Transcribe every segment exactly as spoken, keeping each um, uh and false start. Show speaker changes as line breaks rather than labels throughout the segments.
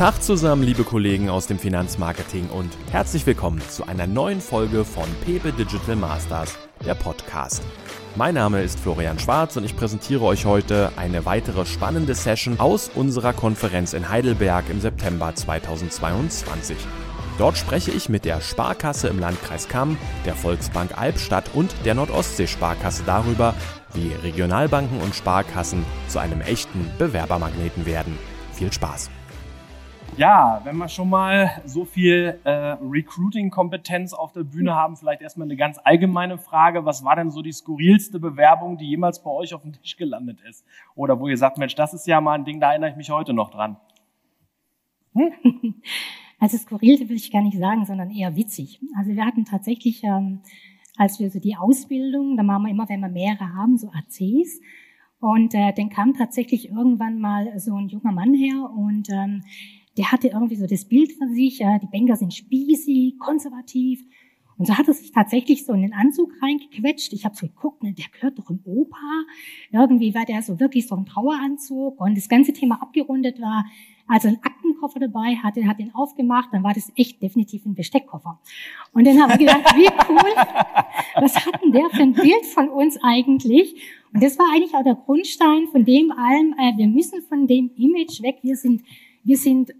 Tag zusammen, liebe Kollegen aus dem Finanzmarketing und herzlich willkommen zu einer neuen Folge von Pepe Digital Masters, der Podcast. Mein Name ist Florian Schwarz und ich präsentiere euch heute eine weitere spannende Session aus unserer Konferenz in Heidelberg im September zweitausendzweiundzwanzig. Dort spreche ich mit der Sparkasse im Landkreis Cham, der Volksbank Albstadt und der Nordostsee-Sparkasse darüber, wie Regionalbanken und Sparkassen zu einem echten Bewerbermagneten werden. Viel Spaß!
Ja, wenn wir schon mal so viel äh, Recruiting-Kompetenz auf der Bühne haben, vielleicht erstmal eine ganz allgemeine Frage. Was war denn so die skurrilste Bewerbung, die jemals bei euch auf dem Tisch gelandet ist? Oder wo ihr sagt, Mensch, das ist ja mal ein Ding, da erinnere ich mich heute noch dran.
Hm? Also skurril will ich gar nicht sagen, sondern eher witzig. Also wir hatten tatsächlich, ähm, als wir so die Ausbildung, da machen wir immer, wenn wir mehrere haben, so A Cs. Und äh, dann kam tatsächlich irgendwann mal so ein junger Mann her und ähm, der hatte irgendwie so das Bild von sich, ja, die Banker sind spießig, konservativ. Und so hat er sich tatsächlich so in den Anzug reingequetscht. Ich habe so geguckt, ne, der gehört doch im Opa. Irgendwie war der so wirklich so ein Traueranzug. Und das ganze Thema abgerundet war, also ein Aktenkoffer dabei hatte, hat den aufgemacht, dann war das echt definitiv ein Besteckkoffer. Und dann haben wir gedacht, wie cool, was hat denn der für ein Bild von uns eigentlich? Und das war eigentlich auch der Grundstein von dem allem, äh, wir müssen von dem Image weg, wir sind Wir sind,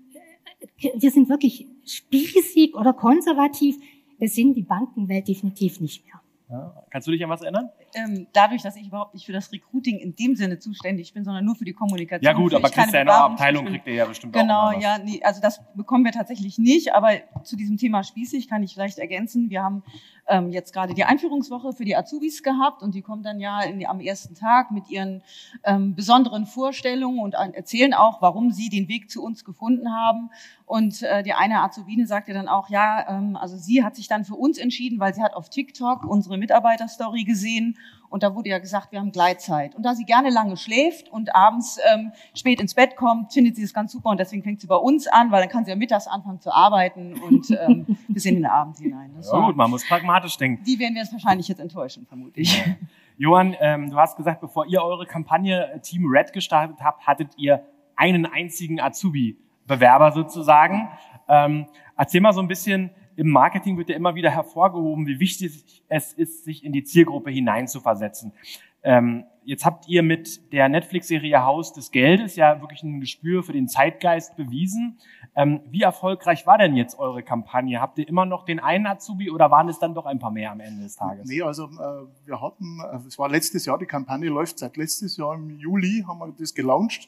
wir sind wirklich spießig oder konservativ. Das sind die Bankenwelt definitiv nicht mehr.
Ja. Kannst du dich an was erinnern?
Ähm, dadurch, dass ich überhaupt nicht für das Recruiting in dem Sinne zuständig bin, sondern nur für die Kommunikation.
Ja gut, aber kriegst ja in eurer Abteilung kriegt ihr ja bestimmt
genau,
auch Genau,
ja, nee, also das bekommen wir tatsächlich nicht, aber zu diesem Thema spießig kann ich vielleicht ergänzen. Wir haben ähm, jetzt gerade die Einführungswoche für die Azubis gehabt und die kommen dann ja in, am ersten Tag mit ihren ähm, besonderen Vorstellungen und äh, erzählen auch, warum sie den Weg zu uns gefunden haben. Und äh, die eine Azubine sagte dann auch, ja, ähm, also sie hat sich dann für uns entschieden, weil sie hat auf TikTok unsere Mitarbeiterstory gesehen und da wurde ja gesagt, wir haben Gleitzeit. Und da sie gerne lange schläft und abends ähm, spät ins Bett kommt, findet sie es ganz super und deswegen fängt sie bei uns an, weil dann kann sie ja mittags anfangen zu arbeiten und ähm, bis in den Abend hinein. Das
ja, gut, man muss pragmatisch denken.
Die werden wir jetzt wahrscheinlich jetzt enttäuschen, vermute ich.
Ja. Johann, ähm, du hast gesagt, bevor ihr eure Kampagne Team Red gestartet habt, hattet ihr einen einzigen Azubi-Bewerber sozusagen. Ähm, erzähl mal so ein bisschen, im Marketing wird ja immer wieder hervorgehoben, wie wichtig es ist, sich in die Zielgruppe hineinzuversetzen. Ähm, jetzt habt ihr mit der Netflix-Serie Haus des Geldes ja wirklich ein Gespür für den Zeitgeist bewiesen. Ähm, wie erfolgreich war denn jetzt eure Kampagne? Habt ihr immer noch den einen Azubi oder waren es dann doch ein paar mehr am Ende des Tages?
Nee, also äh, wir hatten, äh, es war letztes Jahr, die Kampagne läuft seit letztes Jahr im Juli, haben wir das gelauncht.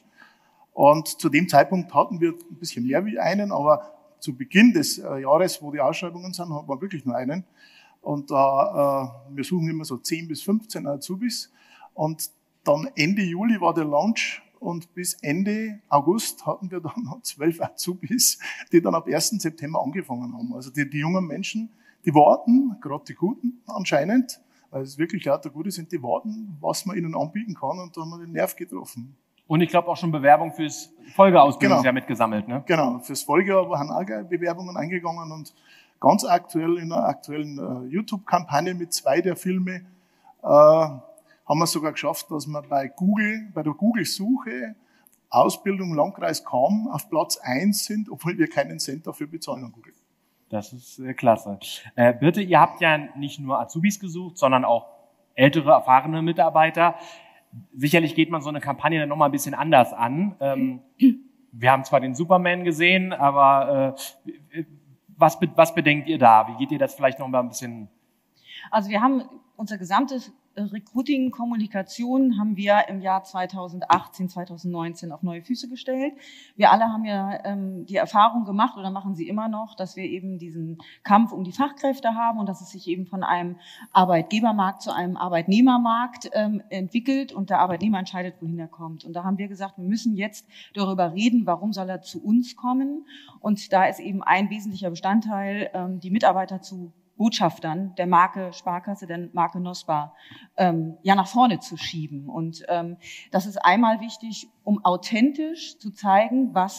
Und zu dem Zeitpunkt hatten wir ein bisschen mehr wie einen, aber zu Beginn des äh, Jahres, wo die Ausschreibungen sind, hatten wir wirklich nur einen. Und da, äh, wir suchen immer so zehn bis fünfzehn Azubis. Und dann Ende Juli war der Launch und bis Ende August hatten wir dann noch zwölf Azubis, die dann ab ersten September angefangen haben. Also die, die jungen Menschen, die warten, gerade die Guten anscheinend, weil es wirklich lauter Gute sind, die warten, was man ihnen anbieten kann und da haben wir den Nerv getroffen.
Und ich glaube auch schon Bewerbung fürs Folgeausbildungsjahr
genau.
mitgesammelt, ne?
Genau, fürs Folgejahr waren auch Bewerbungen eingegangen und ganz aktuell in einer aktuellen äh, YouTube-Kampagne mit zwei der Filme äh, haben wir sogar geschafft, dass wir bei Google, bei der Google-Suche Ausbildung Landkreis Cham auf Platz eins sind, obwohl wir keinen Cent dafür bezahlen an Google.
Das ist äh, klasse. Äh, Birte, ihr habt ja nicht nur Azubis gesucht, sondern auch ältere, erfahrene Mitarbeiter. Sicherlich geht man so eine Kampagne dann nochmal ein bisschen anders an. Ähm, wir haben zwar den Superman gesehen, aber äh, was, was bedenkt ihr da? Wie geht ihr das vielleicht noch mal ein bisschen?
Also wir haben unser gesamtes Recruiting, Kommunikation haben wir im Jahr zweitausendachtzehn, zweitausendneunzehn auf neue Füße gestellt. Wir alle haben ja ähm, die Erfahrung gemacht oder machen sie immer noch, dass wir eben diesen Kampf um die Fachkräfte haben und dass es sich eben von einem Arbeitgebermarkt zu einem Arbeitnehmermarkt ähm, entwickelt und der Arbeitnehmer entscheidet, wohin er kommt. Und da haben wir gesagt, wir müssen jetzt darüber reden, warum soll er zu uns kommen. Und da ist eben ein wesentlicher Bestandteil, ähm, die Mitarbeiter zu Botschaftern der Marke Sparkasse, der Marke Nospa, ähm, ja nach vorne zu schieben. Und ähm, das ist einmal wichtig, um authentisch zu zeigen, was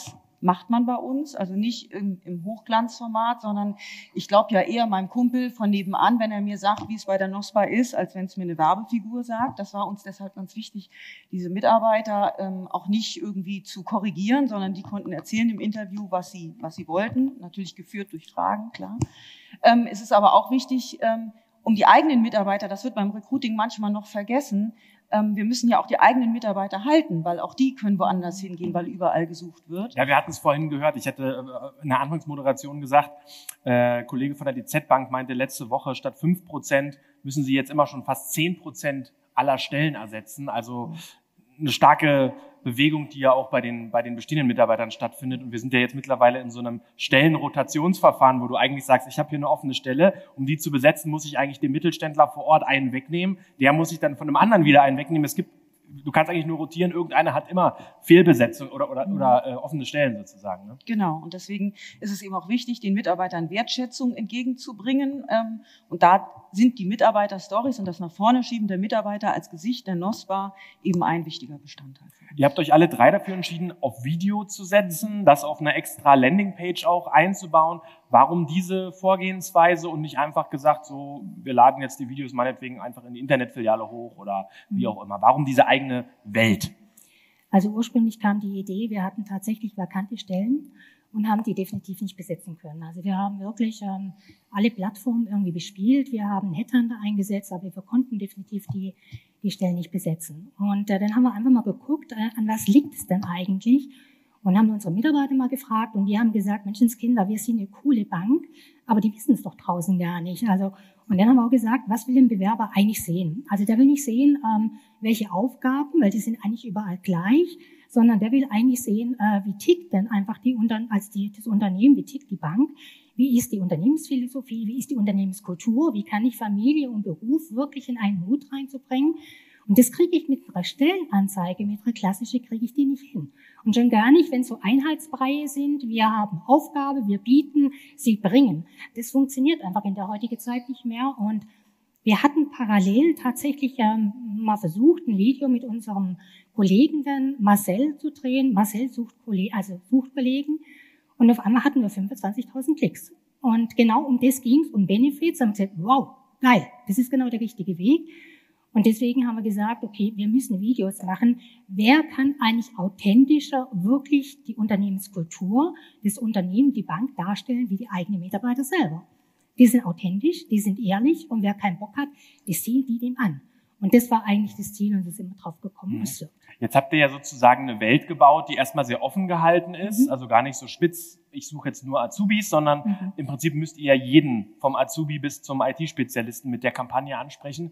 macht man bei uns, also nicht im, im Hochglanzformat, sondern ich glaube ja eher meinem Kumpel von nebenan, wenn er mir sagt, wie es bei der NOSPA ist, als wenn es mir eine Werbefigur sagt. Das war uns deshalb ganz wichtig, diese Mitarbeiter ähm, auch nicht irgendwie zu korrigieren, sondern die konnten erzählen im Interview, was sie, was sie wollten, natürlich geführt durch Fragen, klar. Ähm, es ist aber auch wichtig, ähm, um die eigenen Mitarbeiter, das wird beim Recruiting manchmal noch vergessen, ähm, wir müssen ja auch die eigenen Mitarbeiter halten, weil auch die können woanders hingehen, weil überall gesucht wird.
Ja, wir hatten es vorhin gehört. Ich hatte in der Anfangsmoderation gesagt, äh, Kollege von der D Z Bank meinte letzte Woche, statt fünf Prozent müssen sie jetzt immer schon fast zehn Prozent aller Stellen ersetzen. Also eine starke Bewegung, die ja auch bei den, bei den bestehenden Mitarbeitern stattfindet. Und wir sind ja jetzt mittlerweile in so einem Stellenrotationsverfahren, wo du eigentlich sagst, ich habe hier eine offene Stelle, um die zu besetzen, muss ich eigentlich dem Mittelständler vor Ort einen wegnehmen. Der muss sich dann von einem anderen wieder einen wegnehmen. Es gibt, du kannst eigentlich nur rotieren, irgendeiner hat immer Fehlbesetzung oder, oder, oder äh, offene Stellen sozusagen. Ne?
Genau. Und deswegen ist es eben auch wichtig, den Mitarbeitern Wertschätzung entgegenzubringen. Ähm, und da sind die Mitarbeiter-Stories und das nach vorne schieben der Mitarbeiter als Gesicht der NOSPA eben ein wichtiger Bestandteil.
Ihr habt euch alle drei dafür entschieden, auf Video zu setzen, das auf einer extra Landingpage auch einzubauen. Warum diese Vorgehensweise und nicht einfach gesagt, so, wir laden jetzt die Videos meinetwegen einfach in die Internetfiliale hoch oder wie auch immer? Warum diese eigene Welt?
Also ursprünglich kam die Idee, wir hatten tatsächlich vakante Stellen und haben die definitiv nicht besetzen können. Also wir haben wirklich ähm, alle Plattformen irgendwie bespielt. Wir haben Headhunter eingesetzt, aber wir konnten definitiv die, die Stellen nicht besetzen. Und äh, dann haben wir einfach mal geguckt, äh, an was liegt es denn eigentlich? Und haben unsere Mitarbeiter mal gefragt und die haben gesagt, Menschenskinder, wir sind eine coole Bank, aber die wissen es doch draußen gar nicht. Also, und dann haben wir auch gesagt, was will ein Bewerber eigentlich sehen? Also der will nicht sehen, ähm, welche Aufgaben, weil die sind eigentlich überall gleich, sondern der will eigentlich sehen, äh, wie tickt denn einfach die Unter- als die, das Unternehmen, wie tickt die Bank, wie ist die Unternehmensphilosophie, wie ist die Unternehmenskultur, wie kann ich Familie und Beruf wirklich in einen Hut reinzubringen. Und das kriege ich mit einer Stellenanzeige, mit einer klassischen kriege ich die nicht hin. Und schon gar nicht, wenn so Einheitsbreie sind, wir haben Aufgabe, wir bieten, sie bringen. Das funktioniert einfach in der heutigen Zeit nicht mehr. Und wir hatten parallel tatsächlich ähm, mal versucht, ein Video mit unserem Kollegen dann Marcel zu drehen. Marcel sucht Kollegen, also sucht Kollegen. Und auf einmal hatten wir fünfundzwanzigtausend Klicks. Und genau um das ging es, um Benefits. Haben wir gesagt, wow, geil, das ist genau der richtige Weg. Und deswegen haben wir gesagt, okay, wir müssen Videos machen. Wer kann eigentlich authentischer wirklich die Unternehmenskultur, das Unternehmen, die Bank darstellen, wie die eigenen Mitarbeiter selber? Die sind authentisch, die sind ehrlich und wer keinen Bock hat, das sehen die dem an. Und das war eigentlich das Ziel und da sind wir drauf gekommen.
Mhm.
So.
Jetzt habt ihr ja sozusagen eine Welt gebaut, die erstmal sehr offen gehalten ist, mhm. also gar nicht so spitz, ich suche jetzt nur Azubis, sondern mhm. im Prinzip müsst ihr ja jeden, vom Azubi bis zum I T-Spezialisten mit der Kampagne ansprechen.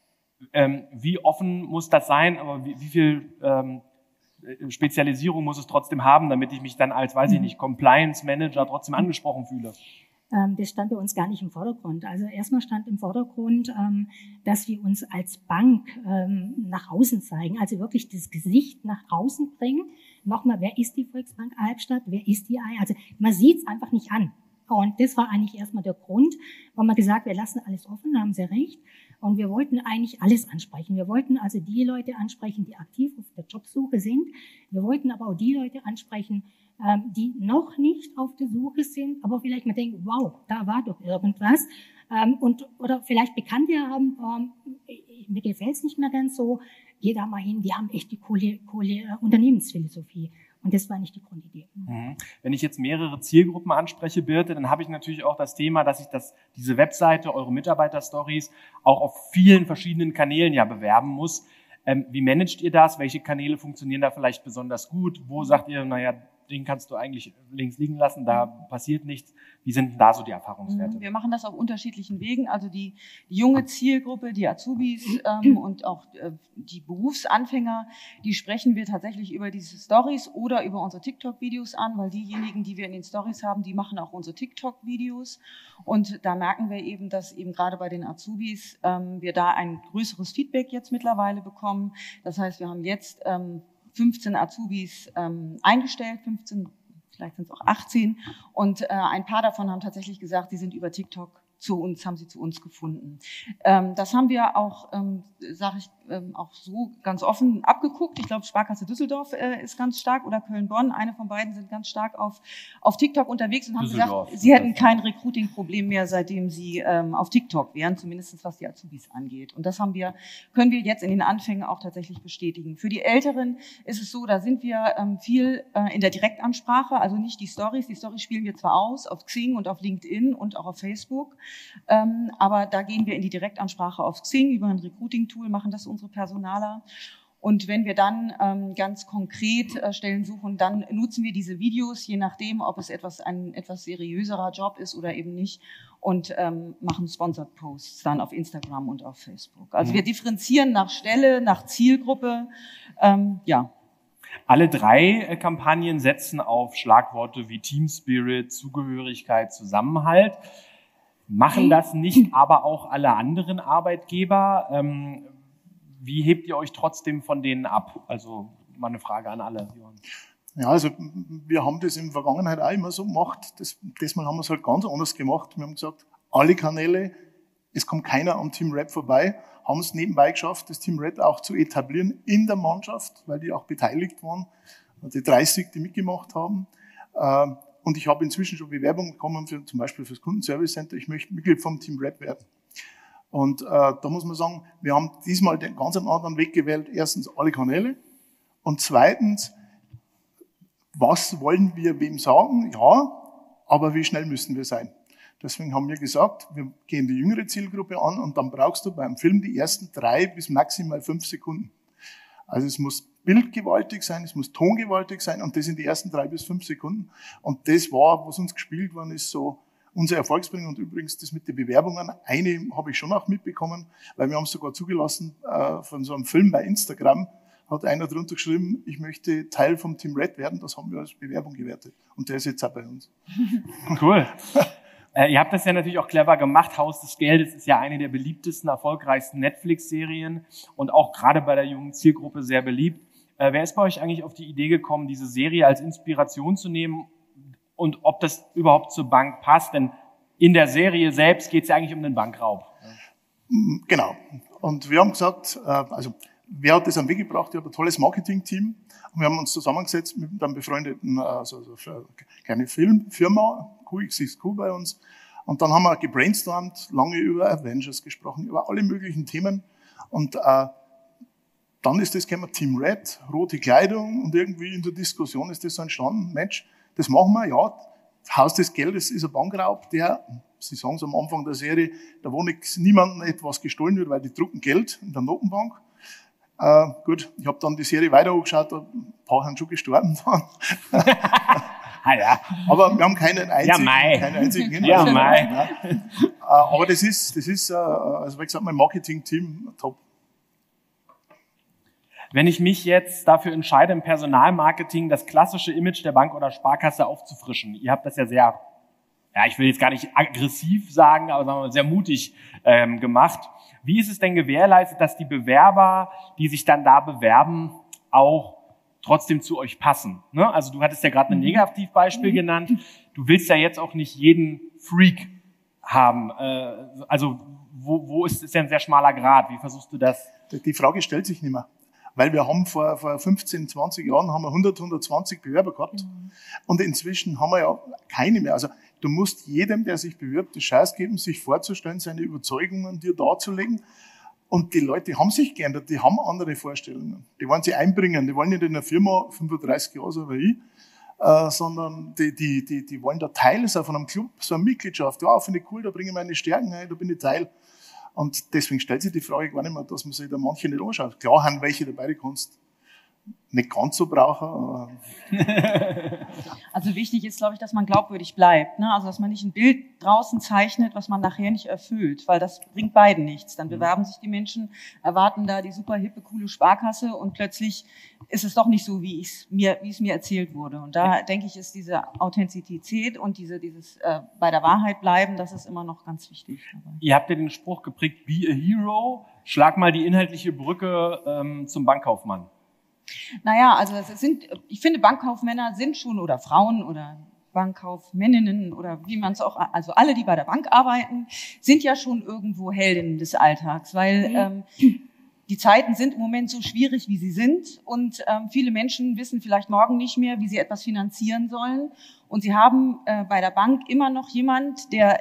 Ähm, wie offen muss das sein, aber wie, wie viel ähm, Spezialisierung muss es trotzdem haben, damit ich mich dann als, weiß ich nicht, Compliance Manager trotzdem angesprochen fühle?
Ähm, das stand bei uns gar nicht im Vordergrund. Also erstmal stand im Vordergrund, ähm, dass wir uns als Bank ähm, nach außen zeigen, also wirklich das Gesicht nach draußen bringen. Nochmal, wer ist die Volksbank Albstadt, wer ist die I? Also man sieht es einfach nicht an. Und das war eigentlich erstmal der Grund, warum wir gesagt, wir lassen alles offen, da haben Sie recht. Und wir wollten eigentlich alles ansprechen. Wir wollten also die Leute ansprechen, die aktiv auf der Jobsuche sind. Wir wollten aber auch die Leute ansprechen, die noch nicht auf der Suche sind, aber vielleicht mal denken, wow, da war doch irgendwas. Und, oder vielleicht Bekannte haben, mir gefällt es nicht mehr ganz so, geh da mal hin, die haben echt die coole, coole Unternehmensphilosophie. Und das war nicht die Grundidee.
Mhm. Wenn ich jetzt mehrere Zielgruppen anspreche, Birte, dann habe ich natürlich auch das Thema, dass ich das, diese Webseite, eure Mitarbeiter-Stories, auch auf vielen verschiedenen Kanälen ja bewerben muss. Ähm, wie managt ihr das? Welche Kanäle funktionieren da vielleicht besonders gut? Wo sagt ihr, naja, den kannst du eigentlich links liegen lassen, da passiert nichts. Wie sind denn da so die Erfahrungswerte?
Wir machen das auf unterschiedlichen Wegen. Also die, die junge Zielgruppe, die Azubis ähm, und auch äh, die Berufsanfänger, die sprechen wir tatsächlich über diese Stories oder über unsere TikTok-Videos an, weil diejenigen, die wir in den Stories haben, die machen auch unsere TikTok-Videos. Und da merken wir eben, dass eben gerade bei den Azubis ähm, wir da ein größeres Feedback jetzt mittlerweile bekommen. Das heißt, wir haben jetzt ähm, fünfzehn Azubis ähm, eingestellt, fünfzehn, vielleicht sind es auch achtzehn. Und äh, ein paar davon haben tatsächlich gesagt, sie sind über TikTok zu uns, haben sie zu uns gefunden. Ähm, das haben wir auch, ähm, sage ich, ähm, auch so ganz offen abgeguckt. Ich glaube, Sparkasse Düsseldorf äh, ist ganz stark oder Köln-Bonn. Eine von beiden sind ganz stark auf auf TikTok unterwegs und haben gesagt, sie hätten kein Recruiting-Problem mehr, seitdem sie ähm, auf TikTok wären, zumindest was die Azubis angeht. Und das haben wir, können wir jetzt in den Anfängen auch tatsächlich bestätigen. Für die Älteren ist es so, da sind wir ähm, viel äh, in der Direktansprache, also nicht die Stories. Die Stories spielen wir zwar aus auf Xing und auf LinkedIn und auch auf Facebook. Ähm, aber da gehen wir in die Direktansprache auf Xing über ein Recruiting-Tool, machen das unsere Personaler. Und wenn wir dann ähm, ganz konkret äh, Stellen suchen, dann nutzen wir diese Videos, je nachdem, ob es etwas ein etwas seriöserer Job ist oder eben nicht, und ähm, machen Sponsored Posts dann auf Instagram und auf Facebook. Also mhm. wir differenzieren nach Stelle, nach Zielgruppe, ähm, ja.
Alle drei äh, Kampagnen setzen auf Schlagworte wie Team Spirit, Zugehörigkeit, Zusammenhalt. Machen das nicht aber auch alle anderen Arbeitgeber? Ähm, wie hebt ihr euch trotzdem von denen ab? Also mal eine Frage an alle.
Ja, also wir haben das in der Vergangenheit auch immer so gemacht. Das, diesmal haben wir es halt ganz anders gemacht. Wir haben gesagt, alle Kanäle, es kommt keiner am Team Red vorbei, haben es nebenbei geschafft, das Team Red auch zu etablieren in der Mannschaft, weil die auch beteiligt waren, die dreißig, die mitgemacht haben. Und ich habe inzwischen schon Bewerbungen bekommen, für, zum Beispiel für das Kundenservice Center. Ich möchte Mitglied vom Team Red werden. Und äh, da muss man sagen, wir haben diesmal den ganz anderen Weg gewählt. Erstens alle Kanäle und zweitens, was wollen wir wem sagen? Ja, aber wie schnell müssen wir sein? Deswegen haben wir gesagt, wir gehen die jüngere Zielgruppe an und dann brauchst du beim Film die ersten drei bis maximal fünf Sekunden. Also es muss bildgewaltig sein, es muss tongewaltig sein und das sind die ersten drei bis fünf Sekunden. Und das war, was uns gespielt worden ist, so unser Erfolgsbringer. Und übrigens das mit den Bewerbungen, eine habe ich schon auch mitbekommen, weil wir haben es sogar zugelassen, äh, von so einem Film bei Instagram hat einer drunter geschrieben, ich möchte Teil vom Team Red werden, das haben wir als Bewerbung gewertet. Und der ist jetzt auch bei uns.
Cool. Äh, ihr habt das ja natürlich auch clever gemacht. Haus des Geldes ist ja eine der beliebtesten, erfolgreichsten Netflix-Serien und auch gerade bei der jungen Zielgruppe sehr beliebt. Äh, wer ist bei euch eigentlich auf die Idee gekommen, diese Serie als Inspiration zu nehmen und ob das überhaupt zur Bank passt? Denn in der Serie selbst geht es ja eigentlich um den Bankraub.
Genau. Und wir haben gesagt, äh, also wer hat das am Weg gebracht? Ich habe ein tolles Marketing-Team. Und wir haben uns zusammengesetzt mit einem befreundeten, also, also für eine kleine Filmfirma, Q X X Q bei uns. Und dann haben wir gebrainstormt, lange über Avengers gesprochen, über alle möglichen Themen. Und äh, dann ist das gekommen, Team Red, rote Kleidung. Und irgendwie in der Diskussion ist das so entstanden, Mensch, das machen wir, ja. Haus des Geldes ist ein Bankraub, der, Sie sagen es am Anfang der Serie, da wo nix, niemandem etwas gestohlen wird, weil die drucken Geld in der Notenbank. Äh, gut, ich habe dann die Serie weiter angeschaut, ein paar sind schon gestorben dann.
Ah, ja.
Aber wir haben keinen einzigen,
ja,
keinen einzigen Hinweis.
Ja, mei.
Äh, aber das ist, das ist, äh, also wie gesagt, mein Marketing-Team top.
Wenn ich mich jetzt dafür entscheide, im Personalmarketing das klassische Image der Bank oder Sparkasse aufzufrischen, ihr habt das ja sehr, ja, ich will jetzt gar nicht aggressiv sagen, aber sagen wir mal, sehr mutig ähm, gemacht. Wie ist es denn gewährleistet, dass die Bewerber, die sich dann da bewerben, auch trotzdem zu euch passen? Ne? Also du hattest ja gerade ein Negativbeispiel genannt. Du willst ja jetzt auch nicht jeden Freak haben. Äh, also wo, wo ist es ja ein sehr schmaler Grad? Wie versuchst du das?
Die Frage stellt sich nicht mehr. Weil wir haben vor, vor fünfzehn, zwanzig Jahren haben wir hundert, hundertzwanzig Bewerber gehabt. Mhm. Und inzwischen haben wir ja keine mehr. Also du musst jedem, der sich bewirbt, die Chance geben, sich vorzustellen, seine Überzeugungen dir darzulegen. Und die Leute haben sich geändert, die haben andere Vorstellungen. Die wollen sie einbringen, die wollen nicht in einer Firma fünfunddreißig Jahre so wie ich, äh, sondern die, die, die, die wollen da Teil sein von einem Club, so eine Mitgliedschaft. Ja, finde ich cool, da bringe ich meine Stärken ein, da bin ich Teil. Und deswegen stellt sich die Frage gar nicht mehr, dass man sich da manche nicht anschaut. Klar haben welche dabei, die kannst nicht ganz so brauchen. Aber
also wichtig ist, glaube ich, dass man glaubwürdig bleibt. Ne? Also dass man nicht ein Bild draußen zeichnet, was man nachher nicht erfüllt, weil das bringt beiden nichts. Dann bewerben sich die Menschen, erwarten da die super hippe, coole Sparkasse und plötzlich ist es doch nicht so, wie es mir, wie es mir erzählt wurde. Und da denke ich, ist diese Authentizität und diese, dieses äh, bei der Wahrheit bleiben, das ist immer noch ganz wichtig.
Ihr habt ja den Spruch geprägt, be a hero. Schlag mal die inhaltliche Brücke ähm, zum Bankkaufmann.
Naja, also es sind, ich finde, Bankkaufmänner sind schon, oder Frauen oder Bankkaufmänninnen oder wie man es auch, also alle, die bei der Bank arbeiten, sind ja schon irgendwo Heldinnen des Alltags, weil ähm, die Zeiten sind im Moment so schwierig, wie sie sind, und ähm, viele Menschen wissen vielleicht morgen nicht mehr, wie sie etwas finanzieren sollen, und sie haben äh, bei der Bank immer noch jemand, der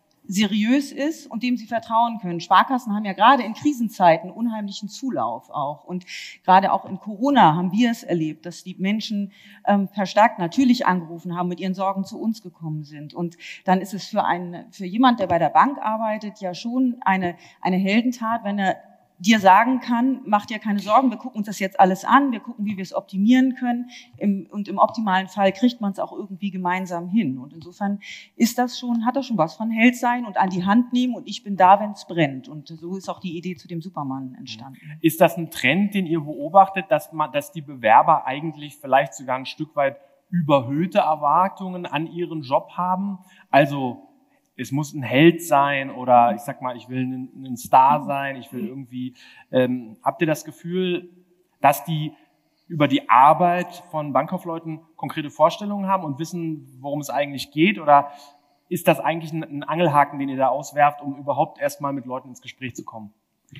seriös ist und dem sie vertrauen können. Sparkassen haben ja gerade in Krisenzeiten unheimlichen Zulauf auch. Und gerade auch in Corona haben wir es erlebt, dass die Menschen ähm, verstärkt natürlich angerufen haben, mit ihren Sorgen zu uns gekommen sind. Und dann ist es für einen, für jemand, der bei der Bank arbeitet, ja schon eine, eine Heldentat, wenn er dir sagen kann, mach dir keine Sorgen, wir gucken uns das jetzt alles an, wir gucken, wie wir es optimieren können, Im, und im optimalen Fall kriegt man es auch irgendwie gemeinsam hin. Und insofern ist das schon, hat das schon was von Held sein und an die Hand nehmen, und ich bin da, wenn es brennt. Und so ist auch die Idee zu dem Superman entstanden. Ist das ein Trend, den ihr beobachtet, dass man, dass die Bewerber eigentlich vielleicht sogar ein Stück weit überhöhte Erwartungen an ihren Job haben? Also es muss ein Held sein oder ich sag mal, ich will ein, ein Star sein, ich will irgendwie, ähm, habt ihr das Gefühl, dass die über die Arbeit von Bankkaufleuten konkrete Vorstellungen haben und wissen, worum es eigentlich geht, oder ist das eigentlich ein, ein Angelhaken, den ihr da auswerft, um überhaupt erstmal mit Leuten ins Gespräch zu kommen?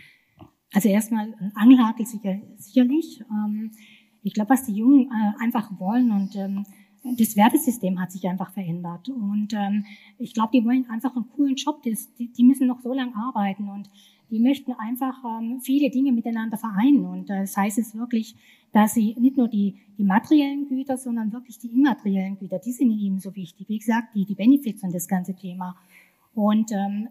Also erstmal ein Angelhaken sicher, sicherlich. Ähm, ich glaube, was die Jungen äh, einfach wollen, und ähm, das Wertesystem hat sich einfach verändert, und ähm, ich glaube, die wollen einfach einen coolen Job. Das, die, die müssen noch so lange arbeiten, und die möchten einfach ähm, viele Dinge miteinander vereinen. Und äh, das heißt es wirklich, dass sie nicht nur die, die materiellen Güter, sondern wirklich die immateriellen Güter, die sind ihnen so wichtig. Wie gesagt, die, die Benefits und das ganze Thema. Und ähm,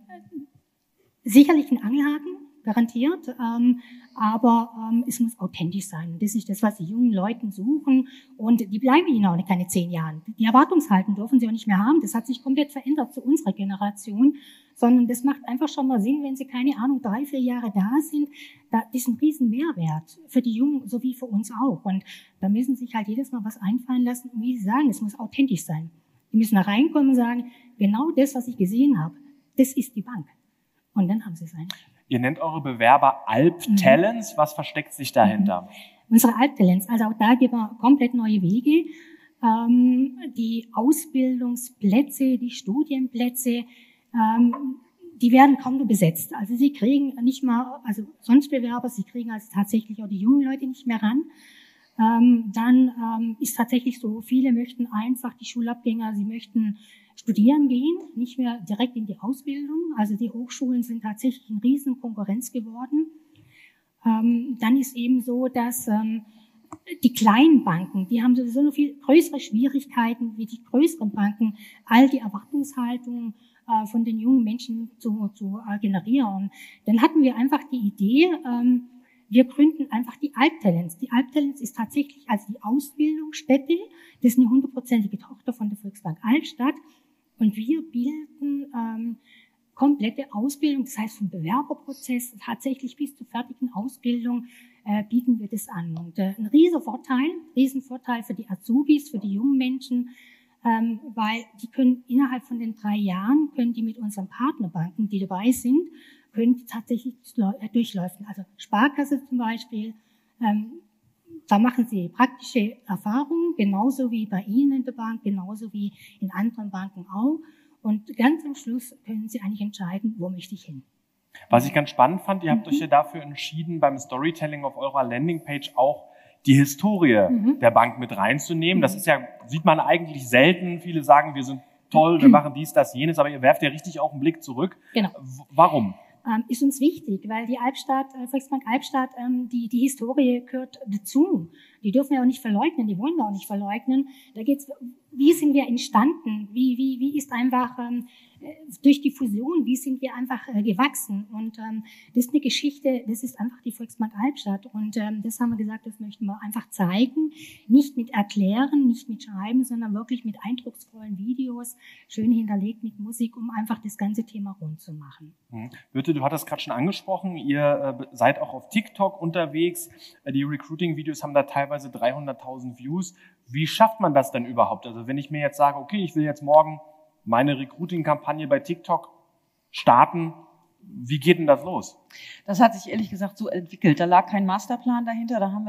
sicherlich ein Angelhaken, garantiert, ähm, aber ähm, es muss authentisch sein. Das ist das, was die jungen Leute suchen, und die bleiben ihnen auch keine zehn Jahre. Die Erwartungshaltung dürfen sie auch nicht mehr haben. Das hat sich komplett verändert zu unserer Generation, sondern das macht einfach schon mal Sinn, wenn sie, keine Ahnung, drei, vier Jahre da sind. Da ist ein riesen Mehrwert für die Jungen sowie für uns auch, und da müssen sich halt jedes Mal was einfallen lassen, und wie sie sagen, es muss authentisch sein. Die müssen da reinkommen und sagen, genau das, was ich gesehen habe, das ist die Bank. Und dann haben sie es eigentlich.
Ihr nennt eure Bewerber Alp-Talents. Mhm. Was versteckt sich dahinter?
Mhm. Unsere Alp-Talents, also auch da gehen wir komplett neue Wege. Ähm, die Ausbildungsplätze, die Studienplätze, ähm, die werden kaum nur besetzt. Also sie kriegen nicht mal, also sonst Bewerber, sie kriegen also tatsächlich auch die jungen Leute nicht mehr ran. Ähm, dann ähm, ist tatsächlich so, viele möchten einfach, die Schulabgänger, sie möchten studieren gehen, nicht mehr direkt in die Ausbildung. Also die Hochschulen sind tatsächlich eine riesen Konkurrenz geworden. Ähm, dann ist eben so, dass ähm, die kleinen Banken, die haben sowieso noch viel größere Schwierigkeiten wie die größeren Banken, all die Erwartungshaltung äh, von den jungen Menschen zu, zu äh, generieren. Dann hatten wir einfach die Idee, ähm, wir gründen einfach die Alp-Talents. Die Alp-Talents ist tatsächlich also die Ausbildungsstätte. Das ist eine hundertprozentige Tochter von der Volksbank Albstadt. Und wir bilden ähm, komplette Ausbildung, das heißt vom Bewerberprozess tatsächlich bis zur fertigen Ausbildung äh, bieten wir das an. Und äh, ein riesen Vorteil, riesen Vorteil für die Azubis, für die jungen Menschen, ähm, weil die können innerhalb von den drei Jahren, können die mit unseren Partnerbanken, die dabei sind, können die tatsächlich durchlaufen. Also Sparkasse zum Beispiel, ähm, da machen sie praktische Erfahrungen, genauso wie bei Ihnen in der Bank, genauso wie in anderen Banken auch. Und ganz am Schluss können Sie eigentlich entscheiden, wo möchte ich hin.
Was ich ganz spannend fand, ihr habt mhm. euch ja dafür entschieden, beim Storytelling auf eurer Landingpage auch die Historie mhm. der Bank mit reinzunehmen. Mhm. Das ist ja, sieht man eigentlich selten. Viele sagen, wir sind toll, wir mhm. machen dies, das, jenes, aber ihr werft ja richtig auch einen Blick zurück.
Genau.
Warum?
Ähm, ist uns wichtig, weil die Albstadt, äh, Volksbank Albstadt, ähm, die, die Historie gehört dazu. Die dürfen wir auch nicht verleugnen, die wollen wir auch nicht verleugnen. Da geht's, wie sind wir entstanden? Wie, wie, wie ist einfach, ähm, durch die Fusion, wie sind wir einfach äh, gewachsen? Und ähm, das ist eine Geschichte, das ist einfach die Volksbank Albstadt. Und ähm, das haben wir gesagt, das möchten wir einfach zeigen. Nicht mit Erklären, nicht mit Schreiben, sondern wirklich mit eindrucksvollen Videos, schön hinterlegt mit Musik, um einfach das ganze Thema rund zu machen.
Mhm. Birte, du hattest gerade schon angesprochen, ihr äh, seid auch auf TikTok unterwegs. Die Recruiting-Videos haben da teilweise dreihunderttausend Views. Wie schafft man das denn überhaupt? Also wenn ich mir jetzt sage, okay, ich will jetzt morgen meine Recruiting-Kampagne bei TikTok starten, wie geht denn das los?
Das hat sich ehrlich gesagt so entwickelt. Da lag kein Masterplan dahinter. Da haben wir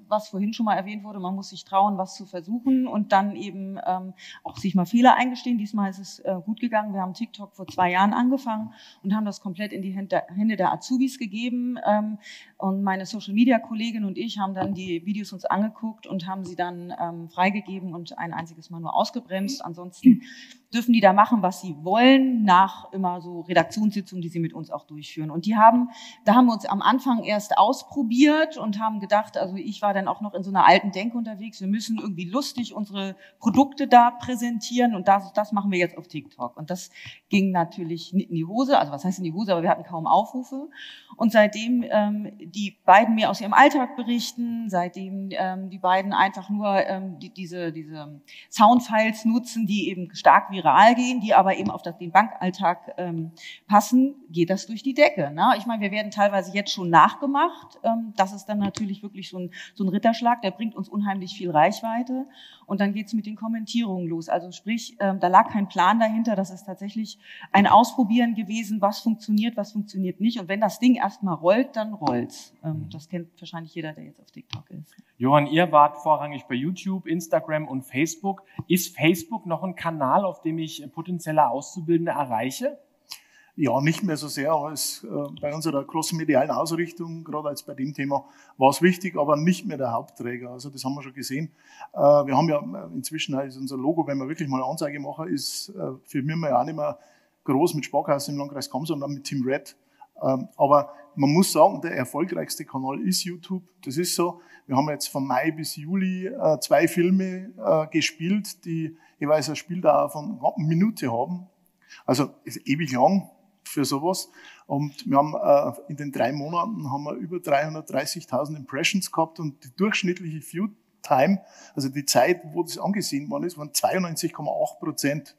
was vorhin schon mal erwähnt wurde, man muss sich trauen, was zu versuchen und dann eben ähm, auch sich mal Fehler eingestehen. Diesmal ist es äh, gut gegangen. Wir haben TikTok vor zwei Jahren angefangen und haben das komplett in die Hände der Azubis gegeben. Ähm, und meine Social-Media-Kollegin und ich haben dann die Videos uns angeguckt und haben sie dann ähm, freigegeben und ein einziges Mal nur ausgebremst. Ansonsten dürfen die da machen, was sie wollen, nach immer so Redaktionssitzungen, die sie mit uns auch durchführen. Und die haben, da haben wir uns am Anfang erst ausprobiert und haben gedacht, also ich war dann auch noch in so einer alten Denke unterwegs, wir müssen irgendwie lustig unsere Produkte da präsentieren und das, das machen wir jetzt auf TikTok. Und das ging natürlich in die Hose, also was heißt in die Hose, aber wir hatten kaum Aufrufe. Und seitdem ähm, die beiden mir aus ihrem Alltag berichten, seitdem ähm, die beiden einfach nur ähm, die, diese, diese Soundfiles nutzen, die eben stark viral gehen, die aber eben auf das, den Bankalltag ähm, passen, geht das durch die Decke. Ne? Ich meine, wir werden teilweise jetzt schon nachgemacht. Ähm, das ist dann natürlich wirklich so ein, so ein Ritterschlag, der bringt uns unheimlich viel Reichweite. Und dann geht's mit den Kommentierungen los. Also sprich, ähm, da lag kein Plan dahinter. Das ist tatsächlich ein Ausprobieren gewesen, was funktioniert, was funktioniert nicht. Und wenn das Ding erstmal rollt, dann rollt's. Ähm, das kennt wahrscheinlich jeder, der jetzt auf TikTok ist.
Johann, ihr wart vorrangig bei YouTube, Instagram und Facebook. Ist Facebook noch ein Kanal, auf dem ich potenzielle Auszubildende erreiche?
Ja, nicht mehr so sehr, aber es, äh, bei unserer großen medialen Ausrichtung, gerade als bei dem Thema, war es wichtig, aber nicht mehr der Hauptträger. Also das haben wir schon gesehen. Äh, wir haben ja inzwischen ist unser Logo, wenn wir wirklich mal eine Anzeige machen, ist äh, für mich ja auch nicht mehr groß mit Sparkasse im Landkreis Kam, sondern mit Team Red. Ähm, aber man muss sagen, der erfolgreichste Kanal ist YouTube. Das ist so. Wir haben jetzt von Mai bis Juli äh, zwei Filme äh, gespielt, die jeweils eine Spieldauer von einer Minute haben. Also ist ewig lang für sowas. Und wir haben äh, in den drei Monaten haben wir über dreihundertdreißigtausend Impressions gehabt und die durchschnittliche View Time, also die Zeit, wo das angesehen worden ist, waren zweiundneunzig Komma acht Prozent.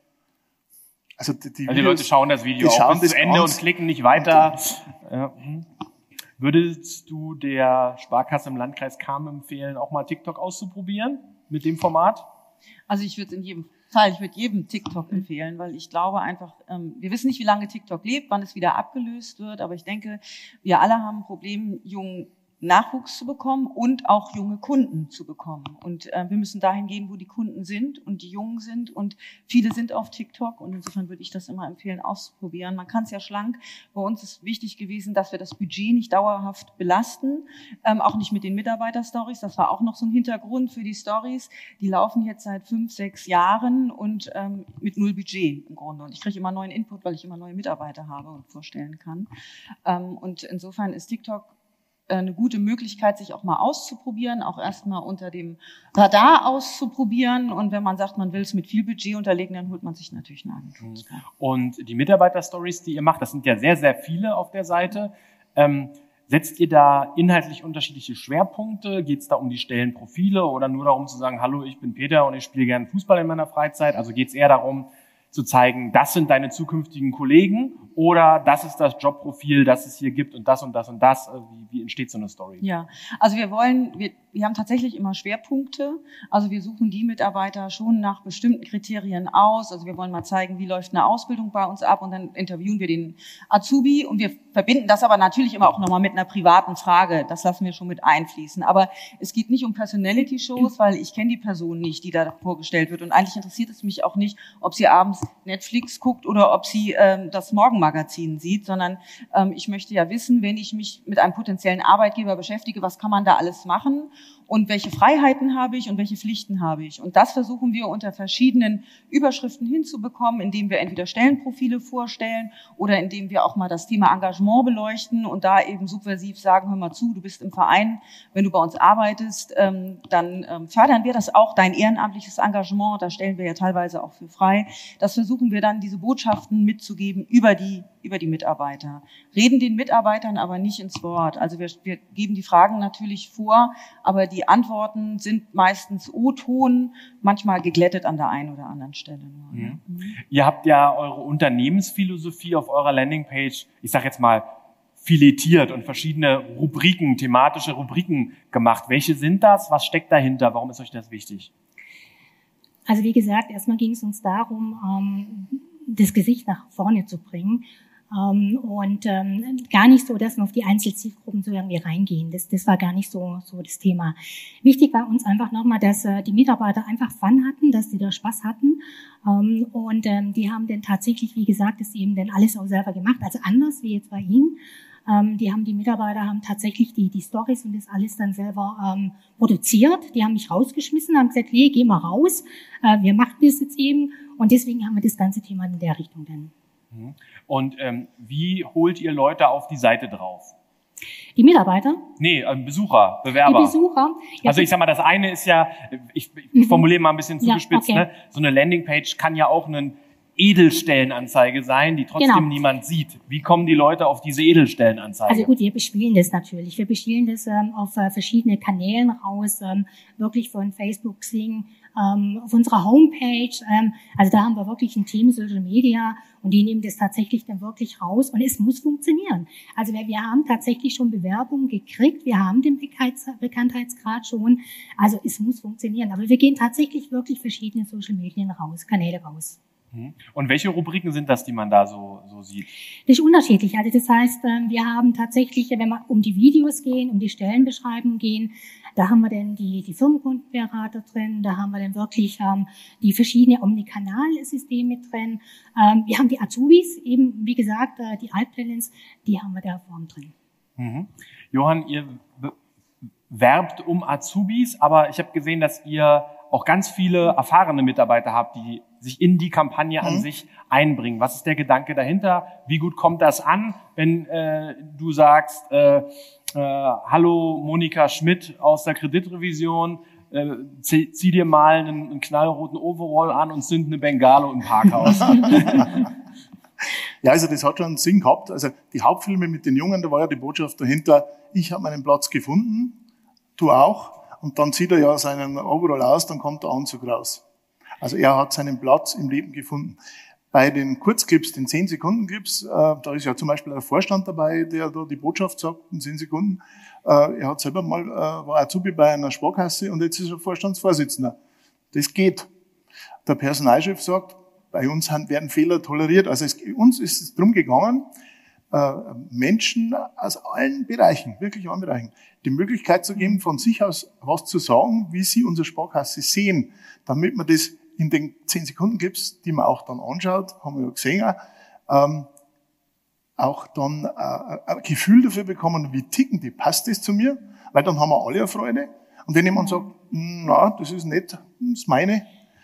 Also die, die,
also die Leute schauen das Video
auch
bis zu Ende und klicken nicht weiter. Ja. Würdest du der Sparkasse im Landkreis Kam empfehlen, auch mal TikTok auszuprobieren mit dem Format?
Also ich würde es in jedem Fall, ich würde jedem TikTok empfehlen, weil ich glaube einfach, ähm, wir wissen nicht, wie lange TikTok lebt, wann es wieder abgelöst wird, aber ich denke, wir alle haben ein Problem, jungen Nachwuchs zu bekommen und auch junge Kunden zu bekommen. Und äh, wir müssen dahin gehen, wo die Kunden sind und die Jungen sind. Und viele sind auf TikTok. Und insofern würde ich das immer empfehlen, auszuprobieren. Man kann es ja schlank. Bei uns ist wichtig gewesen, dass wir das Budget nicht dauerhaft belasten. Ähm, auch nicht mit den Mitarbeiter-Stories. Das war auch noch so ein Hintergrund für die Stories. Die laufen jetzt seit fünf, sechs Jahren und ähm, mit null Budget im Grunde. Und ich kriege immer neuen Input, weil ich immer neue Mitarbeiter habe und vorstellen kann. Ähm, und insofern ist TikTok eine gute Möglichkeit, sich auch mal auszuprobieren, auch erstmal unter dem Radar auszuprobieren. Und wenn man sagt, man will es mit viel Budget unterlegen, dann holt man sich natürlich eine Agentur.
Und die Mitarbeiter-Stories, die ihr macht, das sind ja sehr, sehr viele auf der Seite. Ähm, setzt ihr da inhaltlich unterschiedliche Schwerpunkte? Geht es da um die Stellenprofile oder nur darum zu sagen, hallo, ich bin Peter und ich spiele gerne Fußball in meiner Freizeit? Also geht es eher darum, zu zeigen, das sind deine zukünftigen Kollegen oder das ist das Jobprofil, das es hier gibt und das und das und das. Wie, wie entsteht so eine Story?
Ja, also wir wollen, wir, wir haben tatsächlich immer Schwerpunkte. Also wir suchen die Mitarbeiter schon nach bestimmten Kriterien aus. Also wir wollen mal zeigen, wie läuft eine Ausbildung bei uns ab und dann interviewen wir den Azubi und wir verbinden das aber natürlich immer auch nochmal mit einer privaten Frage. Das lassen wir schon mit einfließen. Aber es geht nicht um Personality-Shows, weil ich kenne die Person nicht, die da vorgestellt wird und eigentlich interessiert es mich auch nicht, ob sie abends Netflix guckt oder ob sie ähm, das Morgenmagazin sieht, sondern ähm, ich möchte ja wissen, wenn ich mich mit einem potenziellen Arbeitgeber beschäftige, was kann man da alles machen und welche Freiheiten habe ich und welche Pflichten habe ich. Und das versuchen wir unter verschiedenen Überschriften hinzubekommen, indem wir entweder Stellenprofile vorstellen oder indem wir auch mal das Thema Engagement beleuchten und da eben subversiv sagen, hör mal zu, du bist im Verein, wenn du bei uns arbeitest, ähm, dann ähm, fördern wir das auch, dein ehrenamtliches Engagement, da stellen wir ja teilweise auch für frei. Das versuchen wir dann, diese Botschaften mitzugeben über die über die Mitarbeiter. Reden den Mitarbeitern aber nicht ins Wort. Also wir, wir geben die Fragen natürlich vor, aber die Antworten sind meistens O-Ton, manchmal geglättet an der einen oder anderen Stelle. Nur,
mhm.
Ja. Mhm.
Ihr habt ja eure Unternehmensphilosophie auf eurer Landingpage, ich sage jetzt mal, filetiert und verschiedene Rubriken, thematische Rubriken gemacht. Welche sind das? Was steckt dahinter? Warum ist euch das wichtig?
Also wie gesagt, erstmal ging es uns darum, ähm, das Gesicht nach vorne zu bringen. Ähm, und ähm, gar nicht so, dass wir auf die Einzelzielgruppen so irgendwie reingehen. Das, das war gar nicht so, so das Thema. Wichtig war uns einfach nochmal, dass äh, die Mitarbeiter einfach Fun hatten, dass die da Spaß hatten. Ähm, und ähm, die haben dann tatsächlich, wie gesagt, das eben dann alles auch selber gemacht. Also anders wie jetzt bei Ihnen. Ähm, die haben die Mitarbeiter haben tatsächlich die die Storys und das alles dann selber ähm, produziert. Die haben mich rausgeschmissen, haben gesagt, nee, geh mal raus, äh, wir machen das jetzt eben. Und deswegen haben wir das ganze Thema in der Richtung dann.
Und ähm, wie holt ihr Leute auf die Seite drauf?
Die Mitarbeiter?
Nee, ähm, Besucher, Bewerber.
Die Besucher. Ja,
also ich sag mal, das eine ist ja, ich, ich formuliere mal ein bisschen zugespitzt,
ja, okay.
ne? So eine Landingpage kann ja auch ein Edelstellenanzeige sein, die trotzdem
genau.
niemand sieht. Wie kommen die Leute auf diese Edelstellenanzeige?
Also gut, wir bespielen das natürlich. Wir bespielen das ähm, auf äh, verschiedene Kanälen raus, ähm, wirklich von Facebook, Xing, ähm, auf unserer Homepage. Ähm, also da haben wir wirklich ein Team Social Media und die nehmen das tatsächlich dann wirklich raus und es muss funktionieren. Also wir, wir haben tatsächlich schon Bewerbungen gekriegt, wir haben den Bekanntheits- Bekanntheitsgrad schon, also es muss funktionieren. Aber wir gehen tatsächlich wirklich verschiedene Social Media raus, Kanäle raus.
Und welche Rubriken sind das, die man da so, so sieht?
Das ist unterschiedlich. Also das heißt, wir haben tatsächlich, wenn wir um die Videos gehen, um die Stellenbeschreibungen gehen, da haben wir dann die, die Firmenkundenberater drin, da haben wir dann wirklich ähm, die verschiedenen Omnikanal-Systeme mit drin. Ähm, wir haben die Azubis, eben wie gesagt, äh, die Alptalents, die haben wir da vorn drin.
Mhm. Johann, ihr werbt um Azubis, aber ich habe gesehen, dass ihr auch ganz viele erfahrene Mitarbeiter habt, die sich in die Kampagne an mhm. sich einbringen. Was ist der Gedanke dahinter? Wie gut kommt das an, wenn äh, du sagst, äh, äh, hallo Monika Schmidt aus der Kreditrevision, äh, zieh, zieh dir mal einen, einen knallroten Overall an und zünd eine Bengalo im Parkhaus.
Ja, also das hat schon einen Sinn gehabt. Also die Hauptfilme mit den Jungen, da war ja die Botschaft dahinter, ich habe meinen Platz gefunden, du auch. Und dann zieht er ja seinen Overall aus, dann kommt der Anzug raus. Also er hat seinen Platz im Leben gefunden. Bei den Kurzclips, den zehn Sekunden Clips, äh, da ist ja zum Beispiel der Vorstand dabei, der da die Botschaft sagt in zehn Sekunden. Äh, er hat selber mal, äh, war Azubi bei einer Sparkasse und jetzt ist er Vorstandsvorsitzender. Das geht. Der Personalchef sagt, bei uns werden Fehler toleriert. Also es, uns ist es darum gegangen, äh, Menschen aus allen Bereichen, wirklich allen Bereichen, die Möglichkeit zu geben, von sich aus was zu sagen, wie sie unsere Sparkasse sehen, damit man das in den zehn Sekunden Clips, die man auch dann anschaut, haben wir ja gesehen, ähm, auch dann äh, ein Gefühl dafür bekommen, wie ticken die, passt das zu mir? Weil dann haben wir alle eine Freude. Und wenn jemand sagt, na, das ist nicht, das ist meine,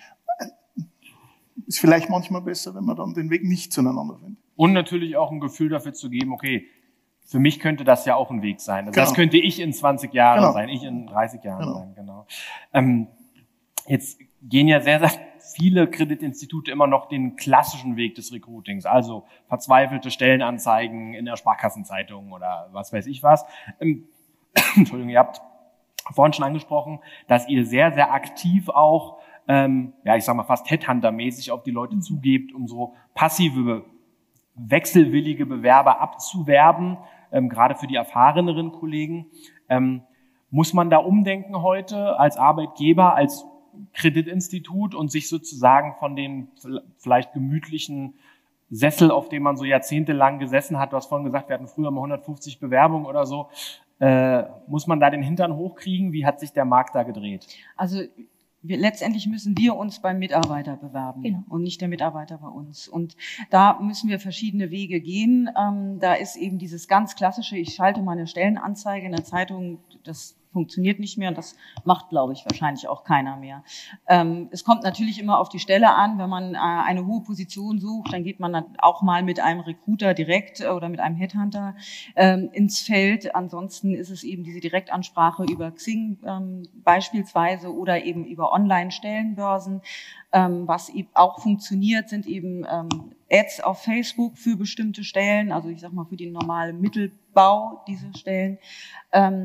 ist vielleicht manchmal besser, wenn man dann den Weg nicht zueinander findet.
Und natürlich auch ein Gefühl dafür zu geben, okay, für mich könnte das ja auch ein Weg sein. Also
genau.
Das könnte ich in zwanzig Jahren
genau.
sein, ich in dreißig Jahren
genau.
sein, genau. Ähm, jetzt gehen ja sehr, sehr viele Kreditinstitute immer noch den klassischen Weg des Recruitings, also verzweifelte Stellenanzeigen in der Sparkassenzeitung oder was weiß ich was. Ähm, Entschuldigung, ihr habt vorhin schon angesprochen, dass ihr sehr, sehr aktiv auch, ähm, ja, ich sag mal fast Headhunter-mäßig auf die Leute zugebt, um so passive, wechselwillige Bewerber abzuwerben, ähm, gerade für die erfahreneren Kollegen. Ähm, muss man da umdenken heute als Arbeitgeber, als Kreditinstitut und sich sozusagen von den vielleicht gemütlichen Sessel, auf dem man so jahrzehntelang gesessen hat, du hast vorhin gesagt, wir hatten früher mal hundertfünfzig Bewerbungen oder so, äh, muss man da den Hintern hochkriegen? Wie hat sich der Markt da gedreht?
Also wir, letztendlich müssen wir uns beim Mitarbeiter bewerben
genau.
und nicht der Mitarbeiter bei uns. Und da müssen wir verschiedene Wege gehen. Ähm, da ist eben dieses ganz klassische, ich schalte mal eine Stellenanzeige in der Zeitung, das funktioniert nicht mehr und das macht, glaube ich, wahrscheinlich auch keiner mehr. Ähm, es kommt natürlich immer auf die Stelle an. Wenn man äh, eine hohe Position sucht, dann geht man dann auch mal mit einem Recruiter direkt äh, oder mit einem Headhunter ähm, ins Feld. Ansonsten ist es eben diese Direktansprache über Xing ähm, beispielsweise oder eben über Online-Stellenbörsen. Ähm, was eben auch funktioniert, sind eben ähm, Ads auf Facebook für bestimmte Stellen, also ich sag mal für den normalen Mittelbau dieser Stellen. Ähm,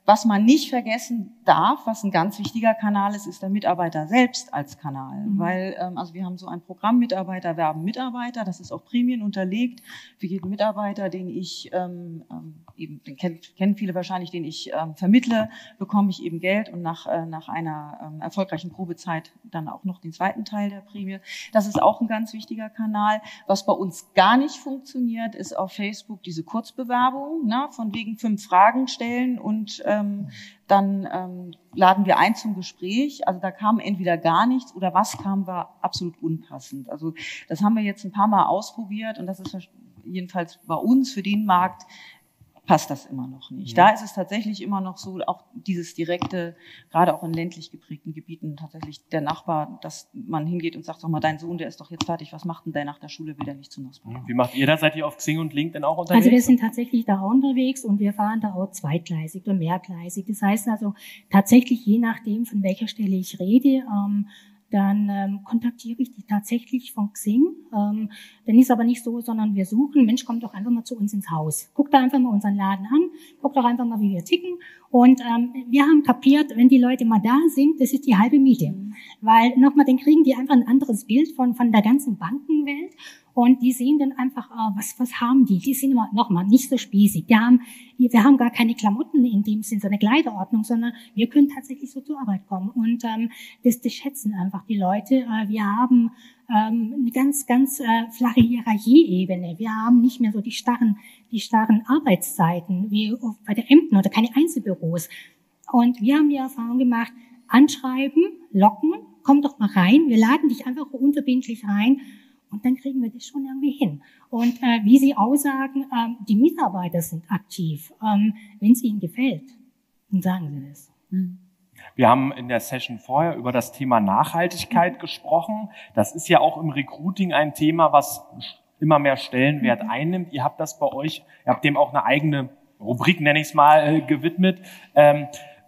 Was man nicht vergessen darf, was ein ganz wichtiger Kanal ist, ist der Mitarbeiter selbst als Kanal. Mhm. Weil, ähm, also wir haben so ein Programm, Mitarbeiter werben Mitarbeiter, das ist auch Prämien unterlegt. Für jeden Mitarbeiter, den ich, ähm, eben, den kennen, kennen viele wahrscheinlich, den ich ähm, vermittle, bekomme ich eben Geld und nach, äh, nach einer ähm, erfolgreichen Probezeit dann auch noch den zweiten Teil der Prämie. Das ist auch ein ganz wichtiger Kanal. Was bei uns gar nicht funktioniert, ist auf Facebook diese Kurzbewerbung, ne, von wegen fünf Fragen stellen und ähm, dann ähm, laden wir ein zum Gespräch. Also da kam entweder gar nichts oder was kam, war absolut unpassend. Also das haben wir jetzt ein paar Mal ausprobiert und das ist jedenfalls bei uns für den Markt passt das immer noch nicht. Da ist es tatsächlich immer noch so, auch dieses direkte, gerade auch in ländlich geprägten Gebieten, tatsächlich der Nachbar, dass man hingeht und sagt, sag mal, dein Sohn, der ist doch jetzt fertig, was macht denn der nach der Schule, will der nicht zu Nussbaum?
Wie macht ihr das? Seid ihr auf Xing und LinkedIn auch unterwegs?
Also wir sind tatsächlich da auch unterwegs und wir fahren da auch zweigleisig und mehrgleisig. Das heißt also tatsächlich, je nachdem, von welcher Stelle ich rede, ähm, dann ähm, kontaktiere ich die tatsächlich von Xing. Ähm, dann ist aber nicht so, sondern wir suchen, Mensch, kommt doch einfach mal zu uns ins Haus. Guckt da einfach mal unseren Laden an, guckt doch einfach mal, wie wir ticken. Und ähm, wir haben kapiert, wenn die Leute mal da sind, das ist die halbe Miete. Mhm. Weil nochmal, dann kriegen die einfach ein anderes Bild von von der ganzen Bankenwelt. Und die sehen dann einfach, ah, was was haben die? Die sind immer nochmal nicht so spießig. Die haben, die, wir haben gar keine Klamotten in dem Sinn, so eine Kleiderordnung, sondern wir können tatsächlich so zur Arbeit kommen. Und ähm, das, das schätzen einfach die Leute. Äh, wir haben ähm, eine ganz ganz äh, flache Hierarchieebene. Wir haben nicht mehr so die starren die starren Arbeitszeiten wie bei der Ämtern oder keine Einzelbüros. Und wir haben die Erfahrung gemacht: Anschreiben, locken, komm doch mal rein. Wir laden dich einfach unverbindlich rein. Und dann kriegen wir das schon irgendwie hin. Und äh, wie Sie aussagen, ähm, die Mitarbeiter sind aktiv. Ähm, wenn es ihnen gefällt, dann sagen sie das.
Mhm. Wir haben in der Session vorher über das Thema Nachhaltigkeit mhm. gesprochen. Das ist ja auch im Recruiting ein Thema, was immer mehr Stellenwert mhm. einnimmt. Ihr habt das bei euch, ihr habt dem auch eine eigene Rubrik, nenne ich es mal, äh, gewidmet. Ähm,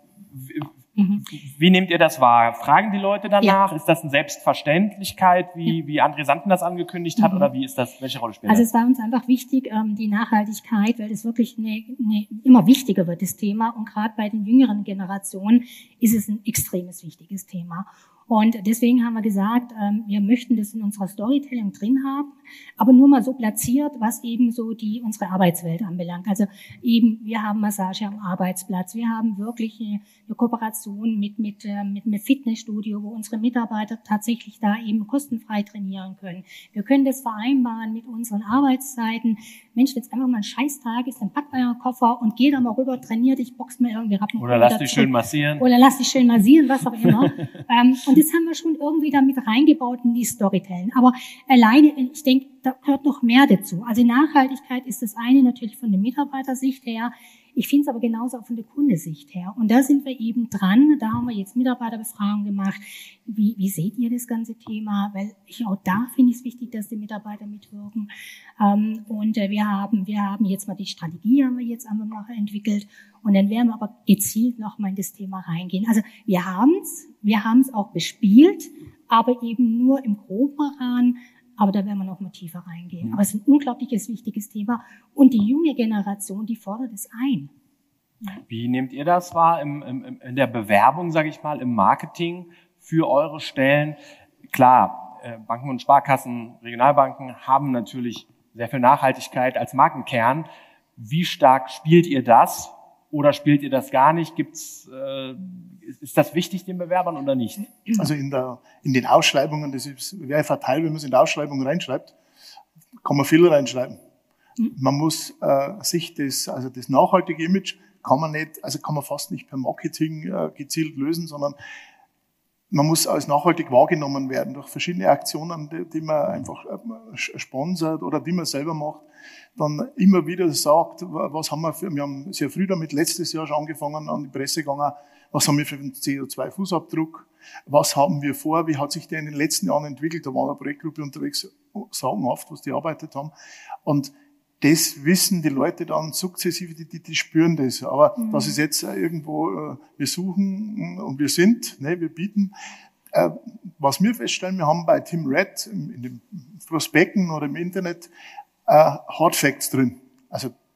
Mhm. Wie nehmt ihr das wahr? Fragen die Leute danach? Ja. Ist das eine Selbstverständlichkeit, wie, ja. wie André Sanden das angekündigt hat? Mhm. Oder wie ist das, welche Rolle spielt das?
Also es war uns einfach wichtig, die Nachhaltigkeit, weil das wirklich eine, eine, immer wichtiger wird, das Thema. Und gerade bei den jüngeren Generationen ist es ein extremes wichtiges Thema. Und deswegen haben wir gesagt, wir möchten das in unserer Storytelling drin haben, aber nur mal so platziert, was eben so die unsere Arbeitswelt anbelangt. Also eben, wir haben Massage am Arbeitsplatz, wir haben wirklich eine, eine Kooperation mit mit mit einem Fitnessstudio, wo unsere Mitarbeiter tatsächlich da eben kostenfrei trainieren können. Wir können das vereinbaren mit unseren Arbeitszeiten. Mensch, wenn es einfach mal ein Scheißtag ist, dann packt mal euren Koffer und geht da mal rüber, trainiert dich, boxt mal irgendwie Rappen.
Oder lass dich schön massieren.
Oder lass dich schön massieren, was auch immer. ähm, und das haben wir schon irgendwie damit reingebaut in die Storytelling. Aber alleine, ich denke, da gehört noch mehr dazu. Also Nachhaltigkeit ist das eine natürlich von der Mitarbeitersicht her. Ich finde es aber genauso auch von der Kundesicht her. Und da sind wir eben dran. Da haben wir jetzt Mitarbeiterbefragungen gemacht. Wie, wie seht ihr das ganze Thema? Weil ich, auch da finde ich es wichtig, dass die Mitarbeiter mitwirken. Ähm, und äh, wir haben, wir haben jetzt mal die Strategie, haben wir jetzt einmal mal entwickelt. Und dann werden wir aber gezielt nochmal in das Thema reingehen. Also wir haben es, wir haben es auch bespielt, aber eben nur im groben Rahmen. Aber da werden wir noch mal tiefer reingehen. Aber es ist ein unglaubliches, wichtiges Thema. Und die junge Generation, die fordert es ein.
Wie nehmt ihr das wahr im, im, in der Bewerbung, sage ich mal, im Marketing für eure Stellen? Klar, Banken und Sparkassen, Regionalbanken haben natürlich sehr viel Nachhaltigkeit als Markenkern. Wie stark spielt ihr das? Oder spielt ihr das gar nicht? Gibt's, äh, ist das wichtig den Bewerbern oder nicht?
Also in der, in den Ausschreibungen, das ist, wäre fatal, wenn man es in der Ausschreibung reinschreibt, kann man viel reinschreiben. Mhm. Man muss äh, sich das, also das nachhaltige Image kann man nicht, also kann man fast nicht per Marketing äh, gezielt lösen, sondern man muss als nachhaltig wahrgenommen werden durch verschiedene Aktionen, die, die man einfach äh, sponsert oder die man selber macht. Dann immer wieder sagt, was haben wir für, wir haben sehr früh damit letztes Jahr schon angefangen, an die Presse gegangen, was haben wir für einen C O zwei Fußabdruck, was haben wir vor, wie hat sich der in den letzten Jahren entwickelt, da war eine Projektgruppe unterwegs, sagenhaft, was die erarbeitet haben. Und das wissen die Leute dann sukzessive, die, die, die spüren das. Aber mhm. das ist jetzt irgendwo, wir suchen und wir sind, ne, wir bieten. Was wir feststellen, wir haben bei Team Red in den Prospekten oder im Internet Hard Facts drin. Also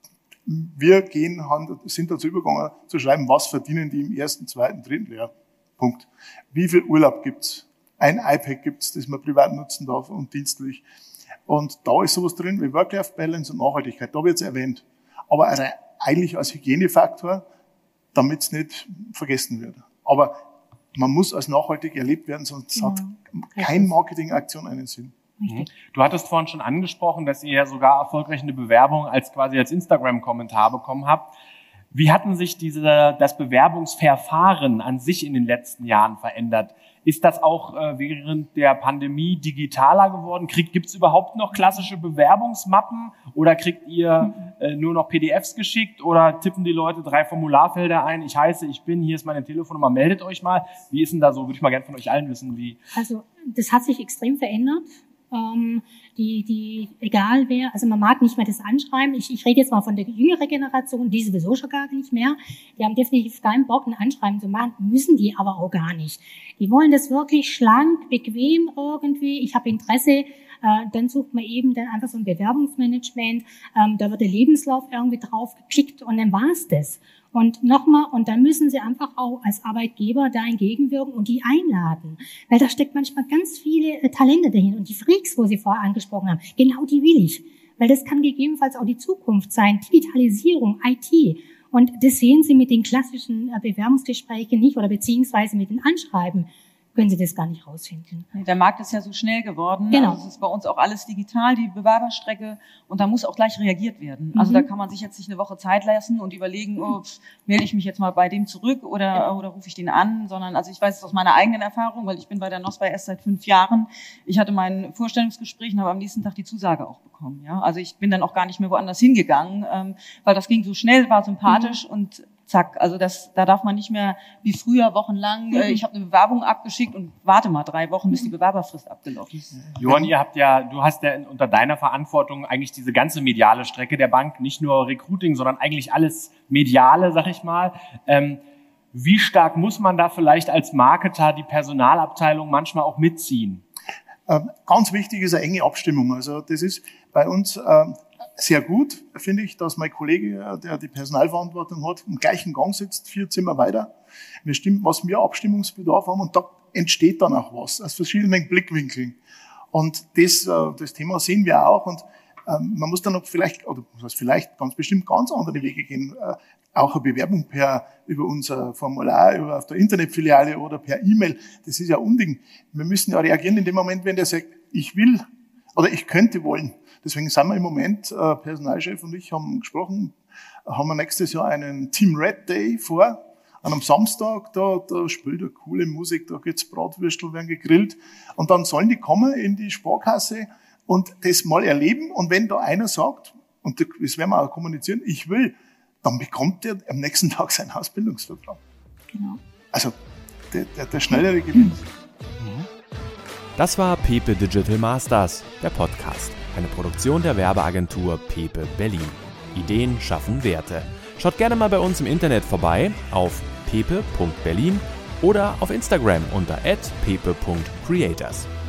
Wir gehen, sind dazu übergegangen, zu schreiben, was verdienen die im ersten, zweiten, dritten Lehrjahr. Punkt. Wie viel Urlaub gibt's? Ein iPad gibt's, das man privat nutzen darf und dienstlich. Und da ist sowas drin wie Work-Life-Balance und Nachhaltigkeit. Da wird's erwähnt. Aber eigentlich als Hygienefaktor, damit es nicht vergessen wird. Aber man muss als nachhaltig erlebt werden, sonst ja, hat keine Marketingaktion einen Sinn.
Richtig. Du hattest vorhin schon angesprochen, dass ihr ja sogar erfolgreich eine Bewerbung als quasi als Instagram-Kommentar bekommen habt. Wie hatten sich diese, das Bewerbungsverfahren an sich in den letzten Jahren verändert? Ist das auch äh, während der Pandemie digitaler geworden? Gibt es überhaupt noch klassische Bewerbungsmappen oder kriegt ihr äh, nur noch P D Fs geschickt oder tippen die Leute drei Formularfelder ein? Ich heiße, ich bin, hier ist meine Telefonnummer, meldet euch mal. Wie ist denn da so? Würde ich mal gerne von euch allen wissen, wie.
Also das hat sich extrem verändert. Ähm, die, die, egal wer, also man mag nicht mehr das Anschreiben. Ich, ich rede jetzt mal von der jüngeren Generation, die sowieso schon gar nicht mehr. Die haben definitiv keinen Bock, ein Anschreiben zu machen, müssen die aber auch gar nicht. Die wollen das wirklich schlank, bequem irgendwie. Ich habe Interesse, äh, dann sucht man eben dann einfach so ein Bewerbungsmanagement. Ähm, da wird der Lebenslauf irgendwie drauf geklickt und dann war's das. Und nochmal, und dann müssen sie einfach auch als Arbeitgeber da entgegenwirken und die einladen. Weil da steckt manchmal ganz viele äh, Talente dahin. Und die Freaks, wo Sie vorher angesprochen haben, genau die will ich. Weil das kann gegebenenfalls auch die Zukunft sein. Digitalisierung, I T. Und das sehen Sie mit den klassischen äh, Bewerbungsgesprächen nicht oder beziehungsweise mit den Anschreiben. Können Sie das gar nicht rausfinden.
Der Markt ist ja so schnell geworden.
Genau.
Also es ist bei uns auch alles digital, die Bewerberstrecke. Und da muss auch gleich reagiert werden.
Mhm.
Also da kann man sich jetzt nicht eine Woche Zeit lassen und überlegen, oh, pff, melde ich mich jetzt mal bei dem zurück oder, ja. oder rufe ich den an. Sondern, also ich weiß es aus meiner eigenen Erfahrung, weil ich bin bei der Nospa erst seit fünf Jahren. Ich hatte mein Vorstellungsgespräch und habe am nächsten Tag die Zusage auch bekommen. Ja, also ich bin dann auch gar nicht mehr woanders hingegangen, ähm, weil das ging so schnell, war sympathisch mhm. und zack, also das, da darf man nicht mehr wie früher wochenlang, mhm. äh, ich habe eine Bewerbung abgeschickt und warte mal drei Wochen, bis die Bewerberfrist abgelaufen ist.
Johann, ihr habt ja, du hast ja unter deiner Verantwortung eigentlich diese ganze mediale Strecke der Bank, nicht nur Recruiting, sondern eigentlich alles Mediale, sag ich mal. Ähm, wie stark muss man da vielleicht als Marketer die Personalabteilung manchmal auch mitziehen?
Ähm, ganz wichtig ist eine enge Abstimmung. Also das ist bei uns ähm, sehr gut, finde ich, dass mein Kollege, der die Personalverantwortung hat, im gleichen Gang sitzt, vier Zimmer weiter. Wir stimmen, was wir Abstimmungsbedarf haben und da entsteht dann auch was aus verschiedenen Blickwinkeln. Und das, das Thema sehen wir auch und ähm, man muss dann noch vielleicht, oder was heißt vielleicht ganz bestimmt ganz andere Wege gehen. Äh, auch eine Bewerbung per, über unser Formular, über auf der Internetfiliale oder per E-Mail. Das ist ja Unding. Wir müssen ja reagieren in dem Moment, wenn der sagt, ich will oder ich könnte wollen. Deswegen sind wir im Moment, äh, Personalchef und ich haben gesprochen, haben wir nächstes Jahr einen Team Red Day vor. An einem Samstag, da, da spielt eine coole Musik, da geht's Bratwürstel, werden gegrillt. Und dann sollen die kommen in die Sparkasse und das mal erleben. Und wenn da einer sagt, und das werden wir auch kommunizieren, ich will, dann bekommt er am nächsten Tag seinen Ausbildungsvertrag.
Genau.
Also, der, der, der schnellere gewinnt.
Das war Pepe Digital Masters, der Podcast. Eine Produktion der Werbeagentur Pepe Berlin. Ideen schaffen Werte. Schaut gerne mal bei uns im Internet vorbei auf pepe punkt berlin oder auf Instagram unter at pepe punkt creators.